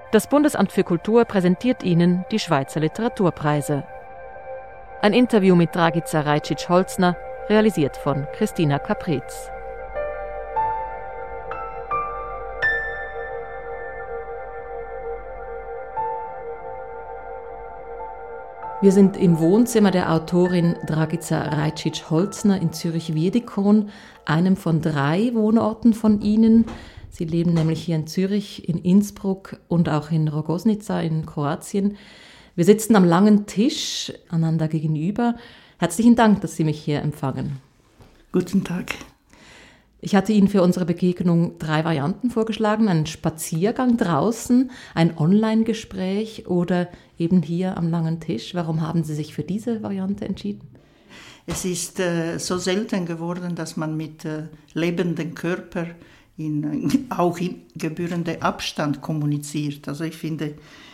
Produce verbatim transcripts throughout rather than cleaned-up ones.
Das Bundesamt für Kultur präsentiert Ihnen die Schweizer Literaturpreise. Ein Interview mit Dragica Rajcic-Holzner, realisiert von Christina Capriz. Wir sind im Wohnzimmer der Autorin Dragica Rajcic-Holzner in Zürich-Wiedikon, einem von drei Wohnorten von Ihnen. Sie leben nämlich hier in Zürich, in Innsbruck und auch in Rogoznica in Kroatien. Wir sitzen am langen Tisch einander gegenüber. Herzlichen Dank, dass Sie mich hier empfangen. Guten Tag. Ich hatte Ihnen für unsere Begegnung drei Varianten vorgeschlagen. Einen Spaziergang draußen, ein Online-Gespräch oder eben hier am langen Tisch. Warum haben Sie sich für diese Variante entschieden? Es ist äh, so selten geworden, dass man mit äh, lebenden Körper in, auch in gebührendem Abstand kommuniziert. Also ich finde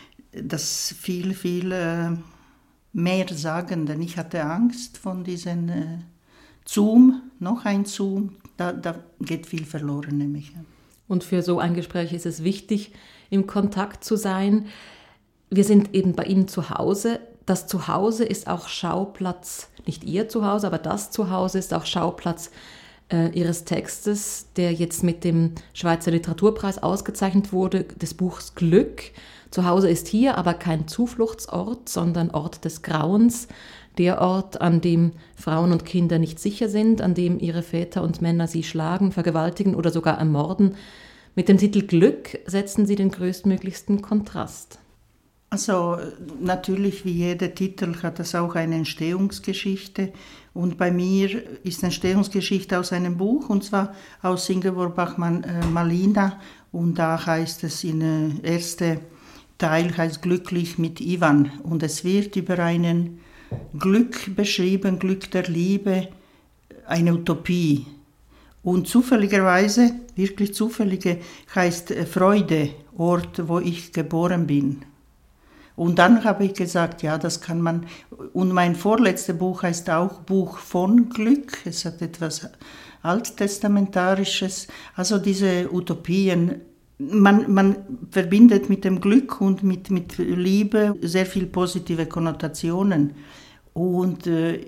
das viel, viel äh, mehr sagen, denn ich hatte Angst von diesem äh, Zoom, noch ein Zoom, da, da geht viel verloren nämlich. Und für so ein Gespräch ist es wichtig, im Kontakt zu sein. Wir sind eben bei Ihnen zu Hause. Das Zuhause ist auch Schauplatz, nicht Ihr Zuhause, aber das Zuhause ist auch Schauplatz äh, Ihres Textes, der jetzt mit dem Schweizer Literaturpreis ausgezeichnet wurde, des Buchs Glück. Zuhause ist hier aber kein Zufluchtsort, sondern Ort des Grauens. Der Ort, an dem Frauen und Kinder nicht sicher sind, an dem ihre Väter und Männer sie schlagen, vergewaltigen oder sogar ermorden. Mit dem Titel Glück setzen Sie den größtmöglichsten Kontrast. Also natürlich, wie jeder Titel, hat das auch eine Entstehungsgeschichte. Und bei mir ist eine Entstehungsgeschichte aus einem Buch, und zwar aus Ingeborg Bachmann äh, Malina. Und da heißt es, in der äh, erste Teil heißt Glücklich mit Ivan. Und es wird über einen Glück beschrieben, Glück der Liebe, eine Utopie. Und zufälligerweise, wirklich zufällige, heißt Freude, Ort, wo ich geboren bin. Und dann habe ich gesagt, ja, das kann man. Und mein vorletztes Buch heißt auch Buch von Glück. Es hat etwas Alttestamentarisches. Also diese Utopien, man, man verbindet mit dem Glück und mit, mit Liebe sehr viel positive Konnotationen. Und äh,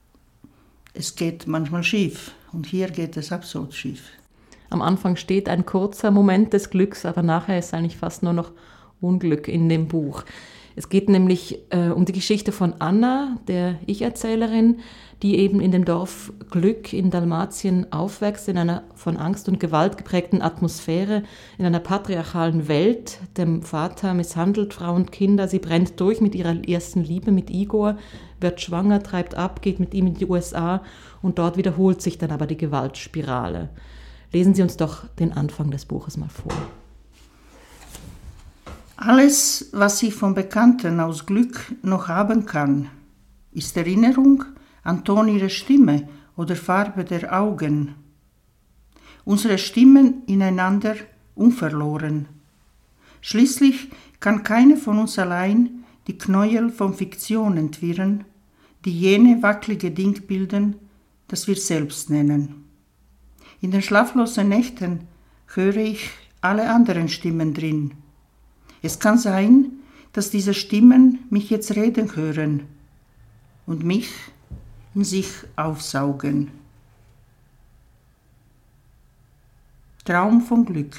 es geht manchmal schief. Und hier geht es absolut schief. Am Anfang steht ein kurzer Moment des Glücks, aber nachher ist eigentlich fast nur noch Unglück in dem Buch. Es geht nämlich äh, um die Geschichte von Anna, der Ich-Erzählerin, die eben in dem Dorf Glück in Dalmatien aufwächst, in einer von Angst und Gewalt geprägten Atmosphäre, in einer patriarchalen Welt. Der Vater misshandelt Frau und Kinder, sie brennt durch mit ihrer ersten Liebe, mit Igor, wird schwanger, treibt ab, geht mit ihm in die U S A und dort wiederholt sich dann aber die Gewaltspirale. Lesen Sie uns doch den Anfang des Buches mal vor. Alles, was ich vom Bekannten aus Glück noch haben kann, ist Erinnerung an Ton ihrer Stimme oder Farbe der Augen. Unsere Stimmen ineinander unverloren. Schließlich kann keine von uns allein die Knäuel von Fiktion entwirren, die jene wackelige Ding bilden, das wir selbst nennen. In den schlaflosen Nächten höre ich alle anderen Stimmen drin. Es kann sein, dass diese Stimmen mich jetzt reden hören und mich in sich aufsaugen. Traum von Glück.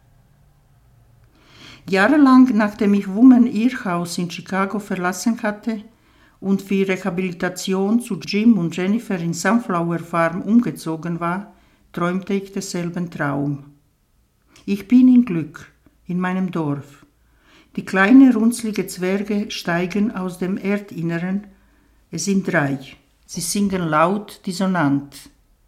Jahrelang, nachdem ich Woman Irrhaus in Chicago verlassen hatte und für Rehabilitation zu Jim und Jennifer in Sunflower Farm umgezogen war, träumte ich denselben Traum. Ich bin in Glück, in meinem Dorf. Die kleinen, runzlige Zwerge steigen aus dem Erdinneren. Es sind drei. Sie singen laut, dissonant.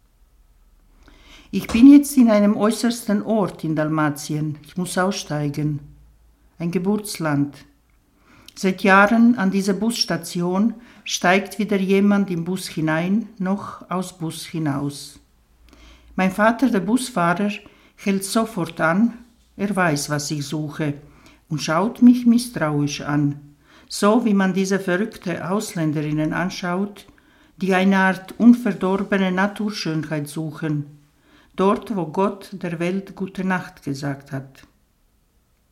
Ich bin jetzt in einem äußersten Ort in Dalmatien. Ich muss aussteigen. Ein Geburtsland. Seit Jahren an dieser Busstation steigt weder jemand im Bus hinein, noch aus Bus hinaus. Mein Vater, der Busfahrer, hält sofort an. Er weiß, was ich suche. Und schaut mich misstrauisch an, so wie man diese verrückte Ausländerinnen anschaut, die eine Art unverdorbene Naturschönheit suchen, dort, wo Gott der Welt Gute Nacht gesagt hat.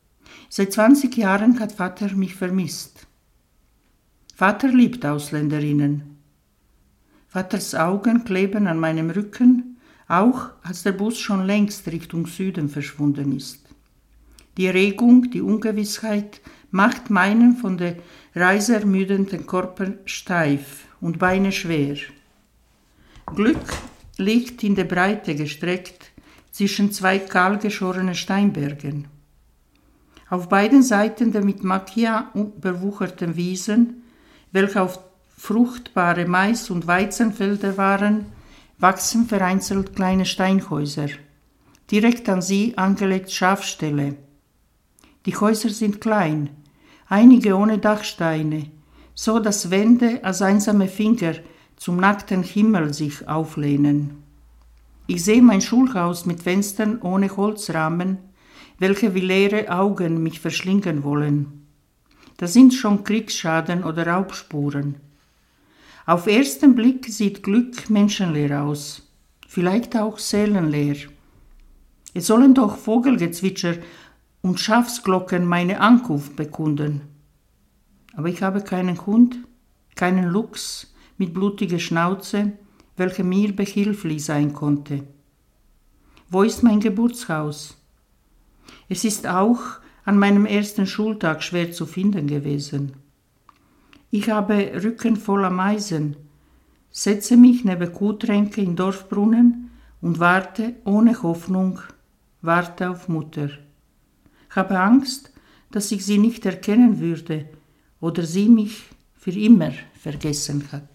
Seit zwanzig Jahren hat Vater mich vermisst. Vater liebt Ausländerinnen. Vaters Augen kleben an meinem Rücken, auch als der Bus schon längst Richtung Süden verschwunden ist. Die Regung, die Ungewissheit macht meinen von der Reise ermüdeten Körper steif und Beine schwer. Glück liegt in der Breite gestreckt zwischen zwei kahlgeschorenen Steinbergen. Auf beiden Seiten der mit Macchia überwucherten Wiesen, welche auf fruchtbare Mais- und Weizenfelder waren, wachsen vereinzelt kleine Steinhäuser, direkt an sie angelegt Schafställe. Die Häuser sind klein, einige ohne Dachsteine, so dass Wände als einsame Finger zum nackten Himmel sich auflehnen. Ich sehe mein Schulhaus mit Fenstern ohne Holzrahmen, welche wie leere Augen mich verschlingen wollen. Da sind schon Kriegsschaden oder Raubspuren. Auf ersten Blick sieht Glück menschenleer aus, vielleicht auch seelenleer. Es sollen doch Vogelgezwitscher und Schafsglocken meine Ankunft bekunden. Aber ich habe keinen Hund, keinen Luchs mit blutiger Schnauze, welcher mir behilflich sein konnte. Wo ist mein Geburtshaus? Es ist auch an meinem ersten Schultag schwer zu finden gewesen. Ich habe Rücken voller Meisen, setze mich neben Kuhtränke in Dorfbrunnen und warte ohne Hoffnung, warte auf Mutter. Ich habe Angst, dass ich sie nicht erkennen würde oder sie mich für immer vergessen hat.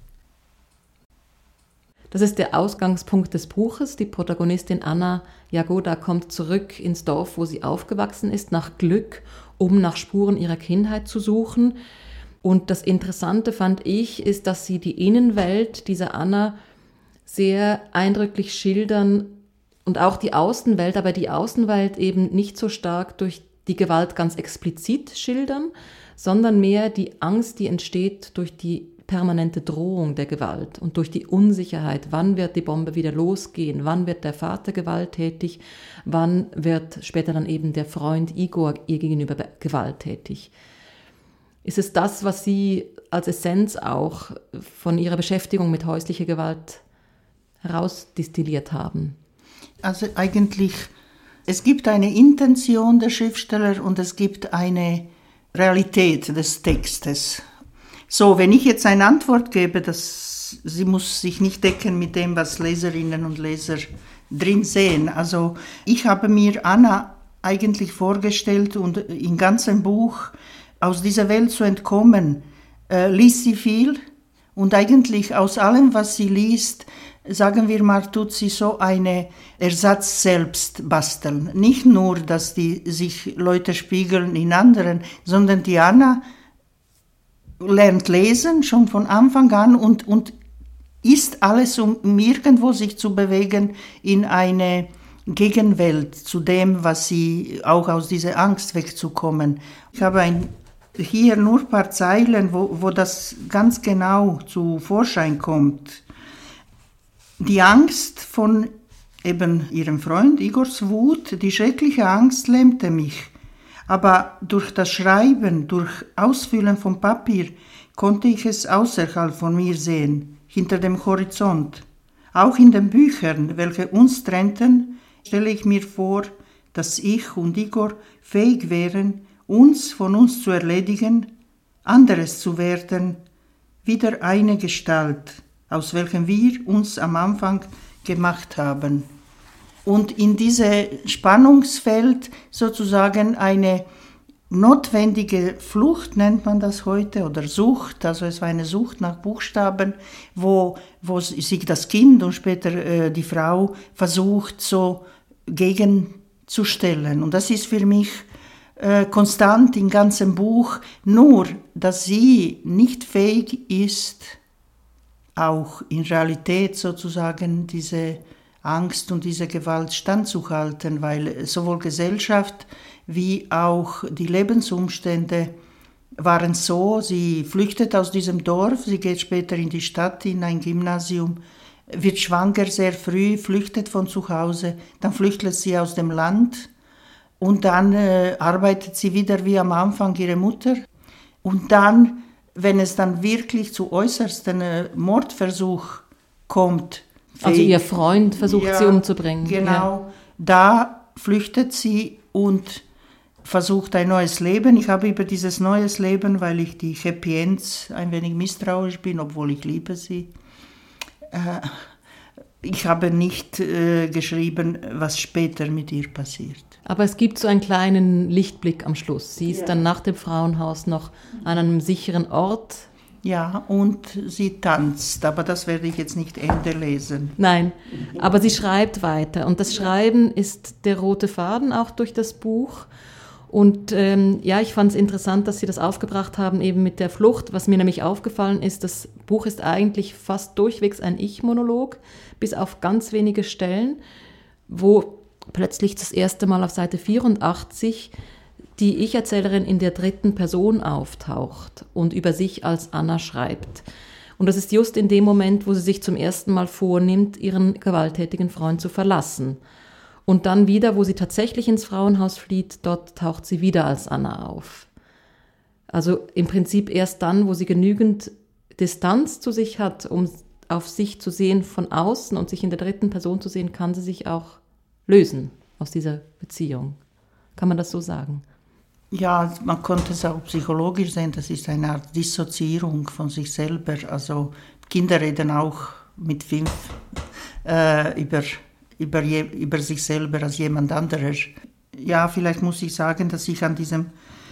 Das ist der Ausgangspunkt des Buches. Die Protagonistin Anna Jagoda kommt zurück ins Dorf, wo sie aufgewachsen ist, nach Glück, um nach Spuren ihrer Kindheit zu suchen. Und das Interessante fand ich, ist, dass sie die Innenwelt dieser Anna sehr eindrücklich schildern und auch die Außenwelt, aber die Außenwelt eben nicht so stark durch die Gewalt ganz explizit schildern, sondern mehr die Angst, die entsteht durch die permanente Drohung der Gewalt und durch die Unsicherheit, wann wird die Bombe wieder losgehen, wann wird der Vater gewalttätig, wann wird später dann eben der Freund Igor ihr gegenüber gewalttätig. Ist es das, was Sie als Essenz auch von Ihrer Beschäftigung mit häuslicher Gewalt herausdestilliert haben? Also eigentlich, es gibt eine Intention der Schriftsteller und es gibt eine Realität des Textes. So, wenn ich jetzt eine Antwort gebe, das, sie muss sich nicht decken mit dem, was Leserinnen und Leser drin sehen. Also ich habe mir Anna eigentlich vorgestellt und im ganzen Buch aus dieser Welt zu entkommen, äh, liest sie viel und eigentlich aus allem, was sie liest, sagen wir mal, tut sie so eine Ersatz selbst basteln. Nicht nur, dass die sich Leute spiegeln in anderen, sondern die Anna lernt lesen schon von Anfang an und, und ist alles, um irgendwo sich zu bewegen in eine Gegenwelt zu dem, was sie auch aus dieser Angst wegzukommen. Ich habe ein, hier nur ein paar Zeilen, wo, wo das ganz genau zu Vorschein kommt. Die Angst von eben ihrem Freund, Igors Wut, die schreckliche Angst lähmte mich. Aber durch das Schreiben, durch Ausfüllen von Papier, konnte ich es außerhalb von mir sehen, hinter dem Horizont. Auch in den Büchern, welche uns trennten, stelle ich mir vor, dass ich und Igor fähig wären, uns von uns zu erledigen, anderes zu werden, wieder eine Gestalt, aus welchem wir uns am Anfang gemacht haben. Und in dieses Spannungsfeld sozusagen eine notwendige Flucht, nennt man das heute, oder Sucht, also es war eine Sucht nach Buchstaben, wo, wo sich das Kind und später äh, die Frau versucht, so gegenzustellen. Und das ist für mich äh, konstant im ganzen Buch, nur dass sie nicht fähig ist, auch in Realität sozusagen diese Angst und diese Gewalt standzuhalten, weil sowohl Gesellschaft wie auch die Lebensumstände waren so, sie flüchtet aus diesem Dorf, sie geht später in die Stadt, in ein Gymnasium, wird schwanger sehr früh, flüchtet von zu Hause, dann flüchtet sie aus dem Land, Und dann äh, arbeitet sie wieder wie am Anfang ihre Mutter. Und dann, wenn es dann wirklich zu äußersten äh, Mordversuch kommt. Also ihr Freund versucht ja, sie umzubringen. Genau, ja. Da flüchtet sie und versucht ein neues Leben. Ich habe über dieses neues Leben, weil ich die Happy Ends ein wenig misstrauisch bin, obwohl ich liebe sie. Äh, ich habe nicht äh, geschrieben, was später mit ihr passiert. Aber es gibt so einen kleinen Lichtblick am Schluss. Sie ist ja. dann nach dem Frauenhaus noch an einem sicheren Ort. Ja, und sie tanzt, aber das werde ich jetzt nicht Ende lesen. Nein, aber sie schreibt weiter. Und das Schreiben ist der rote Faden auch durch das Buch. Und ähm, ja, ich fand es interessant, dass Sie das aufgebracht haben, eben mit der Flucht. Was mir nämlich aufgefallen ist, das Buch ist eigentlich fast durchwegs ein Ich-Monolog, bis auf ganz wenige Stellen, wo plötzlich das erste Mal auf Seite vierundachtzig die Ich-Erzählerin in der dritten Person auftaucht und über sich als Anna schreibt. Und das ist just in dem Moment, wo sie sich zum ersten Mal vornimmt, ihren gewalttätigen Freund zu verlassen. Und dann wieder, wo sie tatsächlich ins Frauenhaus flieht, dort taucht sie wieder als Anna auf. Also im Prinzip erst dann, wo sie genügend Distanz zu sich hat, um auf sich zu sehen von außen und sich in der dritten Person zu sehen, kann sie sich auch lösen aus dieser Beziehung. Kann man das so sagen? Ja, man konnte es auch psychologisch sehen, das ist eine Art Dissoziierung von sich selber. Also Kinder reden auch mit fünf äh, über, über, je, über sich selber als jemand anderer. Ja, vielleicht muss ich sagen, dass ich an diesem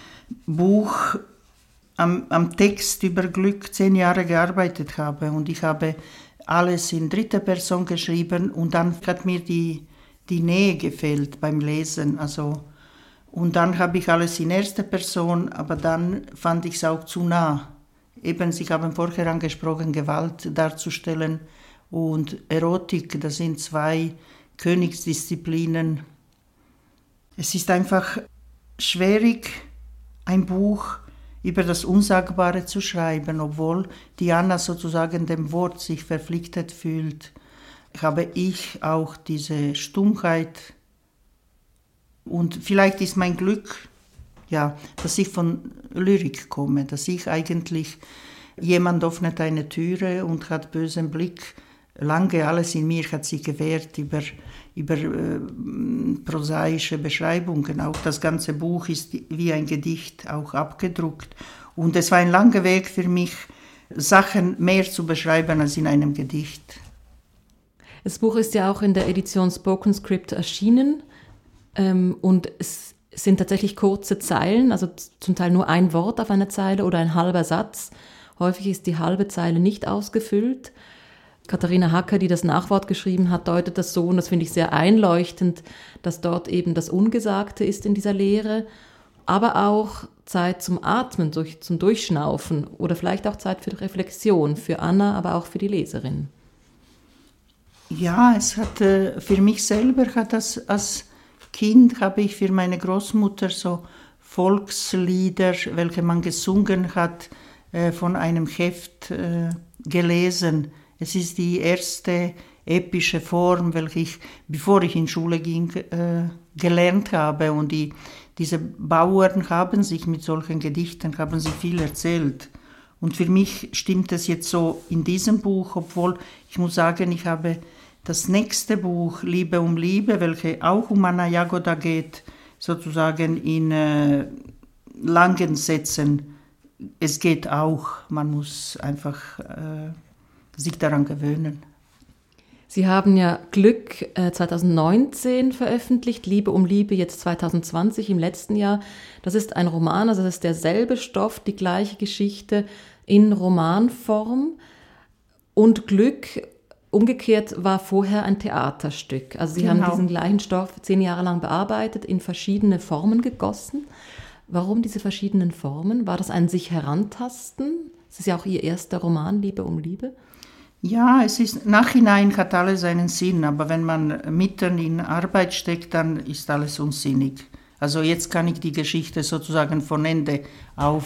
Buch, am, am Text über Glück zehn Jahre gearbeitet habe und ich habe alles in dritter Person geschrieben und dann hat mir die, die Nähe gefehlt beim Lesen, also und dann habe ich alles in erster Person, aber dann fand ich es auch zu nah. Eben, Sie haben vorher angesprochen, Gewalt darzustellen und Erotik, das sind zwei Königsdisziplinen. Es ist einfach schwierig, ein Buch über das Unsagbare zu schreiben, obwohl Diana sozusagen dem Wort sich verpflichtet fühlt. Habe ich auch diese Stummheit. Und vielleicht ist mein Glück, ja, dass ich von Lyrik komme, dass ich eigentlich, jemand öffnet eine Türe und hat bösen Blick, lange alles in mir hat sich gewehrt über, über äh, prosaische Beschreibungen. Auch das ganze Buch ist wie ein Gedicht auch abgedruckt. Und es war ein langer Weg für mich, Sachen mehr zu beschreiben als in einem Gedicht. Das Buch ist ja auch in der Edition Spoken Script erschienen. Und es sind tatsächlich kurze Zeilen, also zum Teil nur ein Wort auf einer Zeile oder ein halber Satz. Häufig ist die halbe Zeile nicht ausgefüllt. Katharina Hacker, die das Nachwort geschrieben hat, deutet das so, und das finde ich sehr einleuchtend, dass dort eben das Ungesagte ist in dieser Lehre, aber auch Zeit zum Atmen, zum Durchschnaufen oder vielleicht auch Zeit für Reflexion, für Anna, aber auch für die Leserin. Ja, es hat, für mich selber hat das als Kind habe ich für meine Großmutter so Volkslieder, welche man gesungen hat, äh, von einem Heft äh, gelesen. Es ist die erste epische Form, welche ich, bevor ich in Schule ging, äh, gelernt habe. Und die, diese Bauern haben sich mit solchen Gedichten, haben sie viel erzählt. Und für mich stimmt es jetzt so in diesem Buch, obwohl ich muss sagen, ich habe das nächste Buch, Liebe um Liebe, welche auch um Anna Jagoda geht, sozusagen in äh, langen Sätzen. Es geht auch, man muss einfach äh, sich daran gewöhnen. Sie haben ja Glück äh, zwanzig neunzehn veröffentlicht, Liebe um Liebe jetzt zwanzig zwanzig im letzten Jahr. Das ist ein Roman, also das ist derselbe Stoff, die gleiche Geschichte in Romanform. Und Glück umgekehrt war vorher ein Theaterstück. Also Sie genau. haben diesen gleichen Stoff zehn Jahre lang bearbeitet, in verschiedene Formen gegossen. Warum diese verschiedenen Formen? War das ein sich herantasten? Es ist ja auch Ihr erster Roman, Liebe um Liebe. Ja, es ist, nachhinein hat alles einen Sinn, aber wenn man mitten in Arbeit steckt, dann ist alles unsinnig. Also jetzt kann ich die Geschichte sozusagen von Ende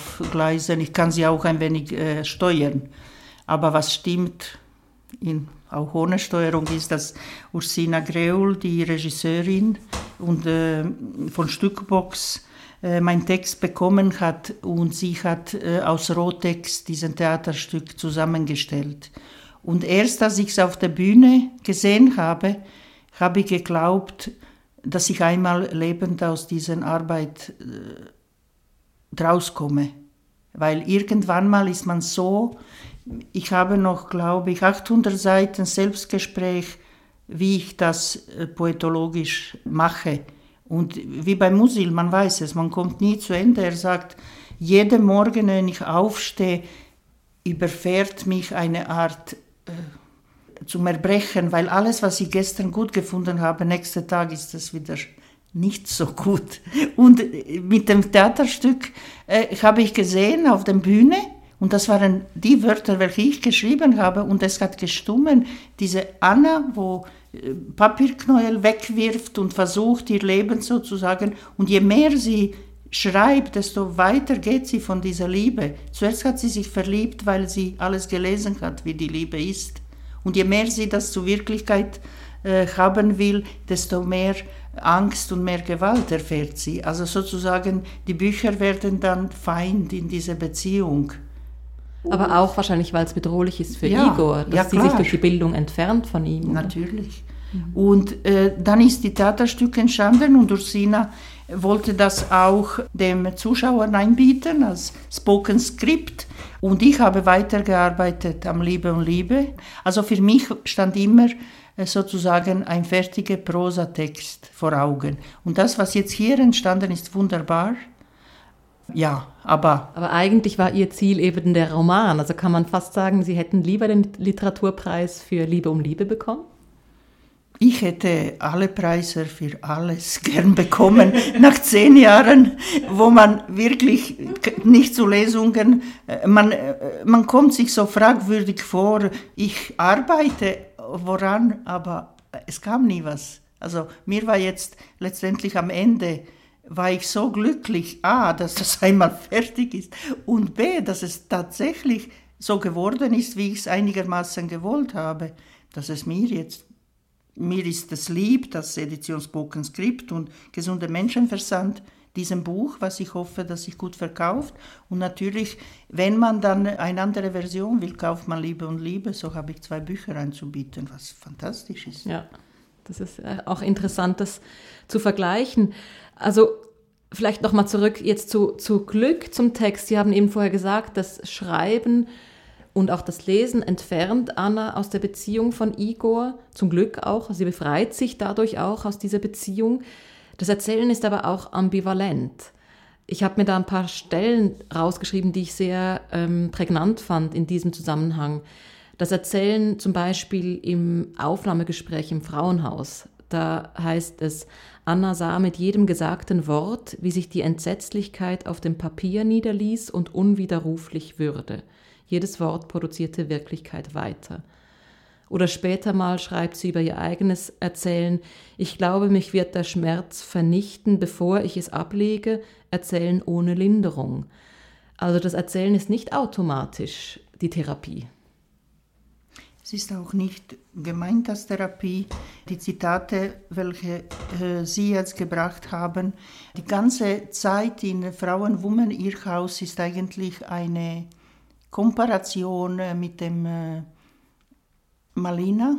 aufgleisen. Ich kann sie auch ein wenig äh, steuern. Aber was stimmt in auch ohne Steuerung, ist, dass Ursina Greul, die Regisseurin und äh, von Stückbox, äh, meinen Text bekommen hat und sie hat äh, aus Rohtext diesen Theaterstück zusammengestellt. Und erst als ich es auf der Bühne gesehen habe, habe ich geglaubt, dass ich einmal lebend aus dieser Arbeit äh, rauskomme. Weil irgendwann mal ist man so, ich habe noch, glaube ich, achthundert Seiten Selbstgespräch, wie ich das äh, poetologisch mache. Und wie bei Musil, man weiß es, man kommt nie zu Ende. Er sagt, jeden Morgen, wenn ich aufstehe, überfährt mich eine Art äh, zum Erbrechen, weil alles, was ich gestern gut gefunden habe, nächsten Tag ist es wieder nicht so gut. Und mit dem Theaterstück äh, habe ich gesehen auf der Bühne, und das waren die Wörter, welche ich geschrieben habe, und es hat gestummen, diese Anna, wo äh, Papierknäuel wegwirft und versucht, ihr Leben sozusagen, und je mehr sie schreibt, desto weiter geht sie von dieser Liebe. Zuerst hat sie sich verliebt, weil sie alles gelesen hat, wie die Liebe ist. Und je mehr sie das zur Wirklichkeit äh, haben will, desto mehr Angst und mehr Gewalt erfährt sie. Also sozusagen, die Bücher werden dann Feind in dieser Beziehung. Aber auch wahrscheinlich, weil es bedrohlich ist für ja, Igor, dass ja, sie sich durch die Bildung entfernt von ihm. Oder? Natürlich. Mhm. Und äh, dann ist die Theaterstück entstanden und Ursina wollte das auch dem Zuschauer einbieten als Spoken Script. Und ich habe weitergearbeitet am Liebe und Liebe. Also für mich stand immer äh, sozusagen ein fertiger Prosatext vor Augen. Und das, was jetzt hier entstanden ist, wunderbar. Ja, aber... Aber eigentlich war Ihr Ziel eben der Roman. Also kann man fast sagen, Sie hätten lieber den Literaturpreis für Liebe um Liebe bekommen? Ich hätte alle Preise für alles gern bekommen, nach zehn Jahren, wo man wirklich nicht zu Lesungen, man, man kommt sich so fragwürdig vor, ich arbeite woran, aber es kam nie was. Also mir war jetzt letztendlich am Ende, war ich so glücklich, a, dass das einmal fertig ist und b, dass es tatsächlich so geworden ist, wie ich es einigermaßen gewollt habe, dass es mir jetzt Mir ist es lieb, dass Edition Spoken Script und Gesunder Menschenverstand diesem Buch, was ich hoffe, dass sich gut verkauft. Und natürlich, wenn man dann eine andere Version will, kauft man Liebe und Liebe. So habe ich zwei Bücher anzubieten, was fantastisch ist. Ja, das ist auch interessant, das zu vergleichen. Also vielleicht nochmal zurück jetzt zu, zu Glück, zum Text. Sie haben eben vorher gesagt, das Schreiben und auch das Lesen entfernt Anna aus der Beziehung von Igor, zum Glück auch. Sie befreit sich dadurch auch aus dieser Beziehung. Das Erzählen ist aber auch ambivalent. Ich habe mir da ein paar Stellen rausgeschrieben, die ich sehr ähm, prägnant fand in diesem Zusammenhang. Das Erzählen zum Beispiel im Aufnahmegespräch im Frauenhaus. Da heißt es, Anna sah mit jedem gesagten Wort, wie sich die Entsetzlichkeit auf dem Papier niederließ und unwiderruflich würde. Jedes Wort produzierte Wirklichkeit weiter. Oder später mal schreibt sie über ihr eigenes Erzählen, ich glaube, mich wird der Schmerz vernichten, bevor ich es ablege, Erzählen ohne Linderung. Also das Erzählen ist nicht automatisch die Therapie. Es ist auch nicht gemeint als Therapie. Die Zitate, welche äh, Sie jetzt gebracht haben, die ganze Zeit in Frauen-Women-Irrhaus ist eigentlich eine Komparation mit dem äh, Malina,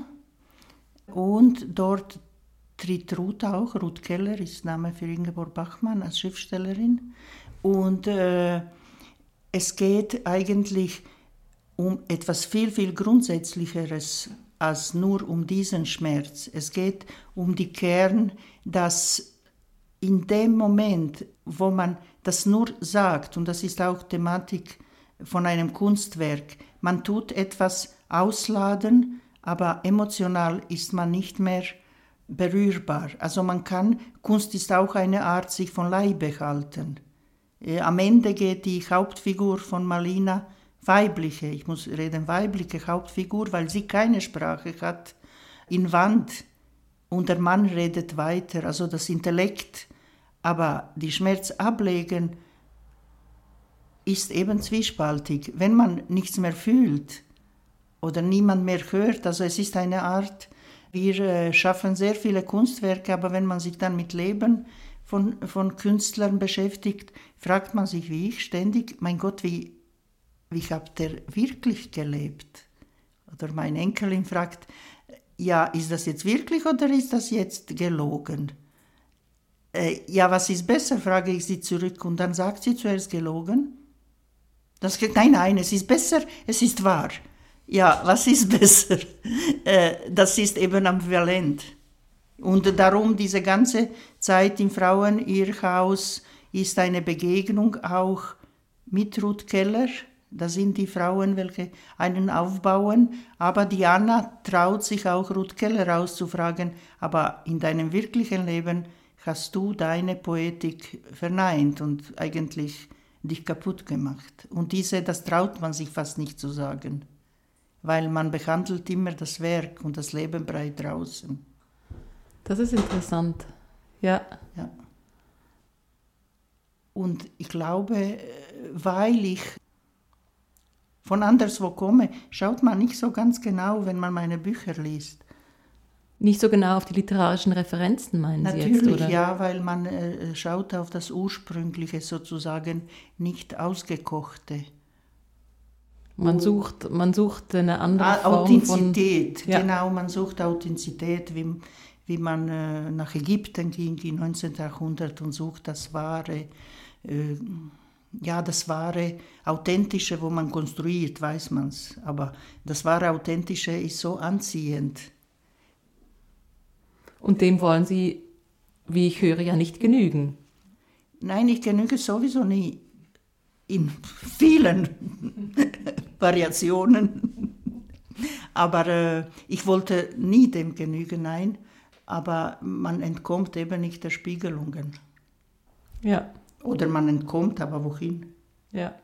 und dort tritt Ruth auch, Ruth Keller ist Name für Ingeborg Bachmann als Schriftstellerin, und äh, es geht eigentlich um etwas viel, viel Grundsätzlicheres als nur um diesen Schmerz. Es geht um die Kern, dass in dem Moment, wo man das nur sagt, und das ist auch Thematik von einem Kunstwerk. Man tut etwas ausladen, aber emotional ist man nicht mehr berührbar. Also man kann, Kunst ist auch eine Art, sich von Leibe halten. Äh, am Ende geht die Hauptfigur von Malina, weibliche, ich muss reden, weibliche Hauptfigur, weil sie keine Sprache hat, in Wand, und der Mann redet weiter, also das Intellekt. Aber die Schmerz ablegen ist eben zwiespaltig. Wenn man nichts mehr fühlt, oder niemand mehr hört. Also es ist eine Art, wir äh, schaffen sehr viele Kunstwerke, aber wenn man sich dann mit Leben von, von Künstlern beschäftigt, fragt man sich wie ich ständig, mein Gott, wie, wie habt ihr wirklich gelebt? Oder meine Enkelin fragt, ja, ist das jetzt wirklich oder ist das jetzt gelogen? Äh, ja, was ist besser, frage ich sie zurück. Und dann sagt sie zuerst gelogen. Das, nein, nein, es ist besser, es ist wahr. Ja, was ist besser? Äh, das ist eben ambivalent. Und darum diese ganze Zeit im Frauenirrhaus ist eine Begegnung auch mit Ruth Keller. Da sind die Frauen, welche einen aufbauen. Aber Diana traut sich auch, Ruth Keller auszufragen. Aber in deinem wirklichen Leben hast du deine Poetik verneint und eigentlich dich kaputt gemacht. Und diese, das traut man sich fast nicht zu sagen, weil man behandelt immer das Werk und das Leben breit draußen. Das ist interessant, ja. ja. Und ich glaube, weil ich von anderswo komme, schaut man nicht so ganz genau, wenn man meine Bücher liest. Nicht so genau auf die literarischen Referenzen, meinen Natürlich, Sie jetzt, oder? Natürlich, ja, weil man äh, schaut auf das Ursprüngliche, sozusagen nicht Ausgekochte. Man sucht, man sucht eine andere ah, Form Authentizität, von... Ja. Genau, man sucht Authentizität, wie, wie man äh, nach Ägypten ging im neunzehnten Jahrhundert und sucht das Wahre, äh, ja, das Wahre, Authentische, wo man konstruiert, weiß man es. Aber das Wahre, Authentische ist so anziehend. Und dem wollen Sie, wie ich höre, ja nicht genügen. Nein, ich genüge sowieso nie. In vielen Variationen. Aber äh, ich wollte nie dem genügen, nein. Aber man entkommt eben nicht der Spiegelungen. Ja. Oder man entkommt, aber wohin? Ja.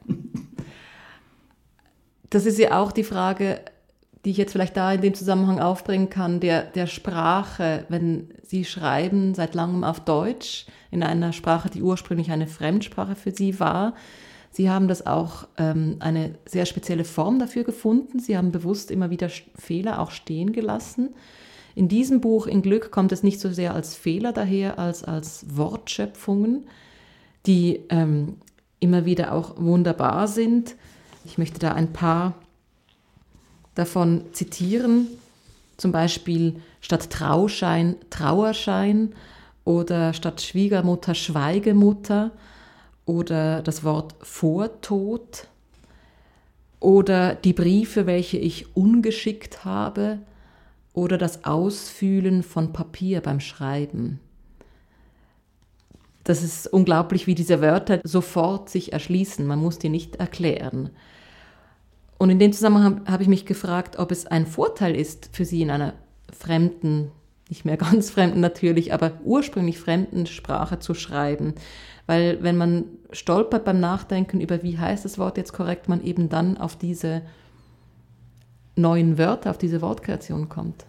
Das ist ja auch die Frage, die ich jetzt vielleicht da in dem Zusammenhang aufbringen kann, der, der Sprache. Wenn Sie schreiben seit langem auf Deutsch, in einer Sprache, die ursprünglich eine Fremdsprache für Sie war, Sie haben das auch ähm, eine sehr spezielle Form dafür gefunden. Sie haben bewusst immer wieder Fehler auch stehen gelassen. In diesem Buch In Glück kommt es nicht so sehr als Fehler daher, als als Wortschöpfungen, die ähm, immer wieder auch wunderbar sind. Ich möchte da ein paar davon zitieren, zum Beispiel statt Trauschein Trauerschein oder statt Schwiegermutter Schweigemutter oder das Wort Vortod oder die Briefe, welche ich ungeschickt habe oder das Ausfühlen von Papier beim Schreiben. Das ist unglaublich, wie diese Wörter sofort sich erschließen. Man muss die nicht erklären. Und in dem Zusammenhang habe ich mich gefragt, ob es ein Vorteil ist für Sie in einer fremden, nicht mehr ganz fremden natürlich, aber ursprünglich fremden Sprache zu schreiben. Weil wenn man stolpert beim Nachdenken über, wie heißt das Wort jetzt korrekt, man eben dann auf diese neuen Wörter, auf diese Wortkreation kommt.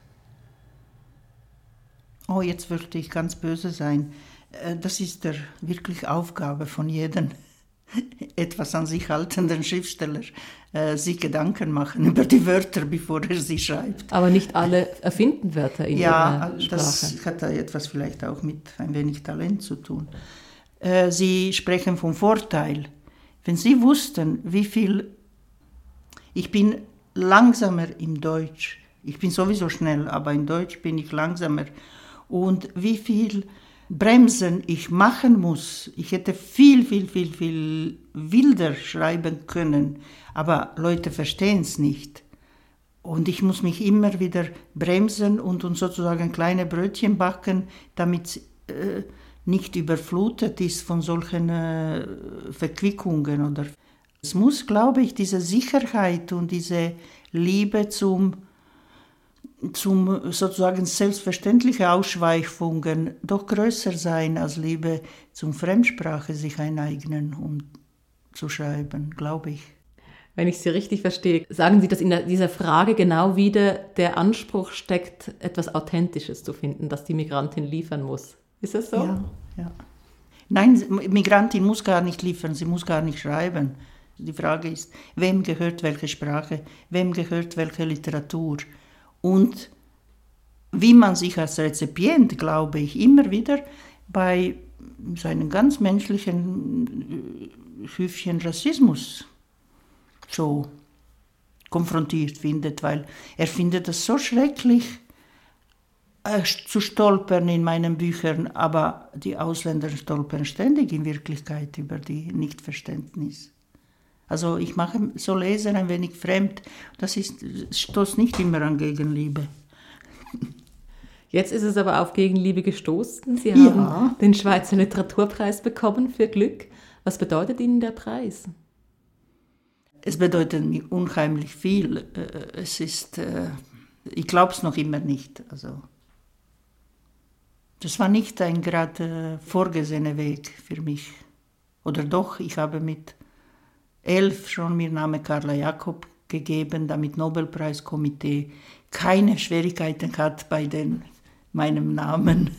Oh, jetzt würde ich ganz böse sein. Das ist der wirklich Aufgabe von jedem etwas an sich haltenden Schriftsteller, äh, sich Gedanken machen über die Wörter, bevor er sie schreibt. Aber nicht alle erfinden Wörter in ja, ihrer Sprache. Ja, das hat da etwas vielleicht auch mit ein wenig Talent zu tun. Äh, Sie sprechen vom Vorteil. Wenn Sie wussten, wie viel... Ich bin langsamer im Deutsch. Ich bin sowieso schnell, aber in Deutsch bin ich langsamer. Und wie viel Bremsen ich machen muss. Ich hätte viel, viel, viel, viel wilder schreiben können, aber Leute verstehen es nicht. Und ich muss mich immer wieder bremsen und, und sozusagen kleine Brötchen backen, damit es äh, nicht überflutet ist von solchen äh, Verquickungen. Oder es muss, glaube ich, diese Sicherheit und diese Liebe zum zum sozusagen selbstverständliche Ausschweifungen doch größer sein als Liebe zum Fremdsprache sich eineignen und zu schreiben, glaube ich. Wenn ich Sie richtig verstehe, sagen Sie, dass in der, dieser Frage genau wieder der Anspruch steckt, etwas Authentisches zu finden, das die Migrantin liefern muss. Ist das so? Ja, ja. Nein, Migrantin muss gar nicht liefern, sie muss gar nicht schreiben. Die Frage ist, wem gehört welche Sprache, wem gehört welche Literatur und wie man sich als Rezipient, glaube ich, immer wieder bei seinem ganz menschlichen Hüfchen Rassismus so konfrontiert findet, weil er findet es so schrecklich, äh, zu stolpern in meinen Büchern, aber die Ausländer stolpern ständig in Wirklichkeit über die Nichtverständnis. Also ich mache so Leser ein wenig fremd, das ist, stoßt nicht immer an Gegenliebe. Jetzt ist es aber auf Gegenliebe gestoßen. Sie Ja. haben den Schweizer Literaturpreis bekommen für Glück. Was bedeutet Ihnen der Preis? Es bedeutet mir unheimlich viel. Es ist, ich glaube es noch immer nicht. Also, das war nicht ein gerade vorgesehener Weg für mich. Oder doch, ich habe mit elf schon mir Name Carla Jacob gegeben, damit Nobelpreiskomitee keine Schwierigkeiten hat bei den, meinem Namen.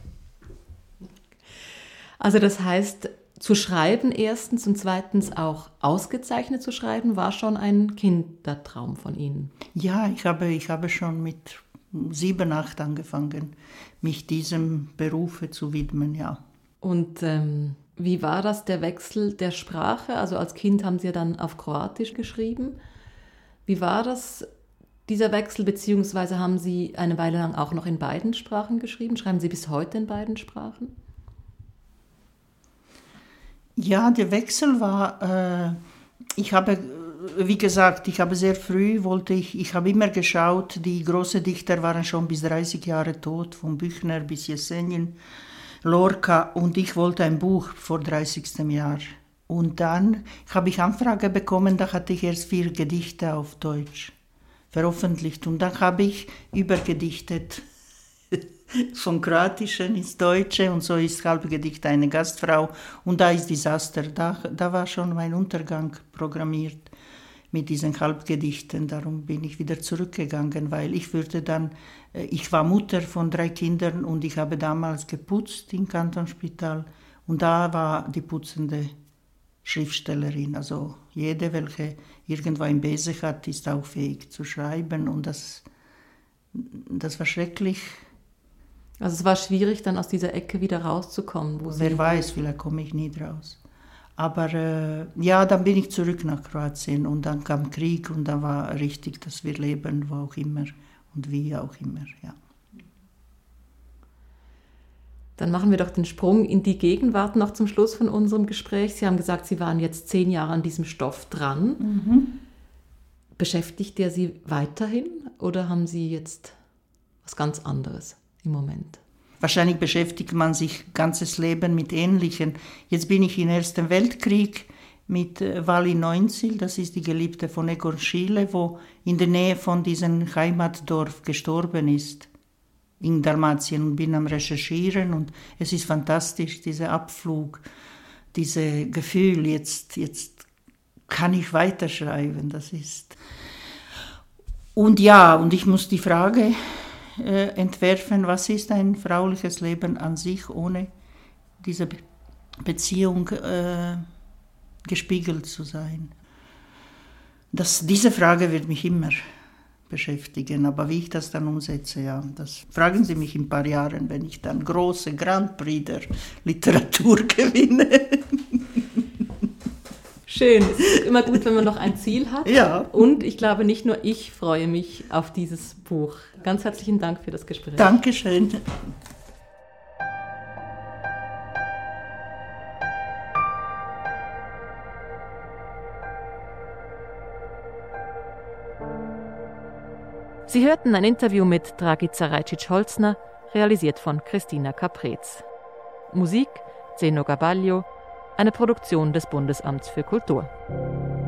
Also das heißt, zu schreiben erstens und zweitens auch ausgezeichnet zu schreiben, war schon ein Kindertraum von Ihnen. Ja, ich habe, ich habe schon mit sieben, acht angefangen, mich diesem Berufe zu widmen, ja. Und ähm, wie war das, der Wechsel der Sprache? Also als Kind haben Sie ja dann auf Kroatisch geschrieben. Wie war das, dieser Wechsel, beziehungsweise haben Sie eine Weile lang auch noch in beiden Sprachen geschrieben? Schreiben Sie bis heute in beiden Sprachen? Ja, der Wechsel war, äh, ich habe, wie gesagt, ich habe sehr früh, wollte ich, ich habe immer geschaut, die großen Dichter waren schon bis dreißig Jahre tot, von Büchner bis Jesenin, Lorca, und ich wollte ein Buch vor dreißigsten Jahr. Und dann habe ich Anfrage bekommen, da hatte ich erst vier Gedichte auf Deutsch veröffentlicht und dann habe ich übergedichtet. Von Kroatischen ins Deutsche und so ist Halbgedicht eine Gastfrau und da ist Desaster. Da, da war schon mein Untergang programmiert mit diesen Halbgedichten. Darum bin ich wieder zurückgegangen, weil ich würde dann, ich war Mutter von drei Kindern und ich habe damals geputzt im Kantonsspital und da war die putzende Schriftstellerin. Also jede, welche irgendwo ein Bese hat, ist auch fähig zu schreiben und das, das war schrecklich. Also es war schwierig, dann aus dieser Ecke wieder rauszukommen. Wo Wer Sie weiß, vielleicht komme ich nie raus. Aber äh, ja, dann bin ich zurück nach Kroatien und dann kam Krieg und dann war richtig, dass wir leben, wo auch immer und wie auch immer, ja. Dann machen wir doch den Sprung in die Gegenwart noch zum Schluss von unserem Gespräch. Sie haben gesagt, Sie waren jetzt zehn Jahre an diesem Stoff dran. Mhm. Beschäftigt der Sie weiterhin oder haben Sie jetzt was ganz anderes im Moment? Wahrscheinlich beschäftigt man sich ganzes Leben mit Ähnlichen. Jetzt bin ich im Ersten Weltkrieg mit Vali Neunzil, das ist die Geliebte von Egon Schiele, wo in der Nähe von diesem Heimatdorf gestorben ist, in Dalmatien, und bin am Recherchieren und es ist fantastisch, dieser Abflug, dieses Gefühl, jetzt, jetzt kann ich weiterschreiben, das ist... Und ja, und ich muss die Frage äh, entwerfen, was ist ein frauliches Leben an sich, ohne diese Be- Beziehung äh, gespiegelt zu sein. Das, diese Frage wird mich immer beschäftigen, aber wie ich das dann umsetze, ja, das fragen Sie mich in ein paar Jahren, wenn ich dann große Grand Prix der Literatur gewinne. Schön, es ist immer gut, wenn man noch ein Ziel hat. Ja. Und ich glaube, nicht nur ich freue mich auf dieses Buch. Ganz herzlichen Dank für das Gespräch. Dankeschön. Sie hörten ein Interview mit Dragica Rajcic-Holzner, realisiert von Christina Caprez. Musik Zeno Gabaglio, eine Produktion des Bundesamts für Kultur.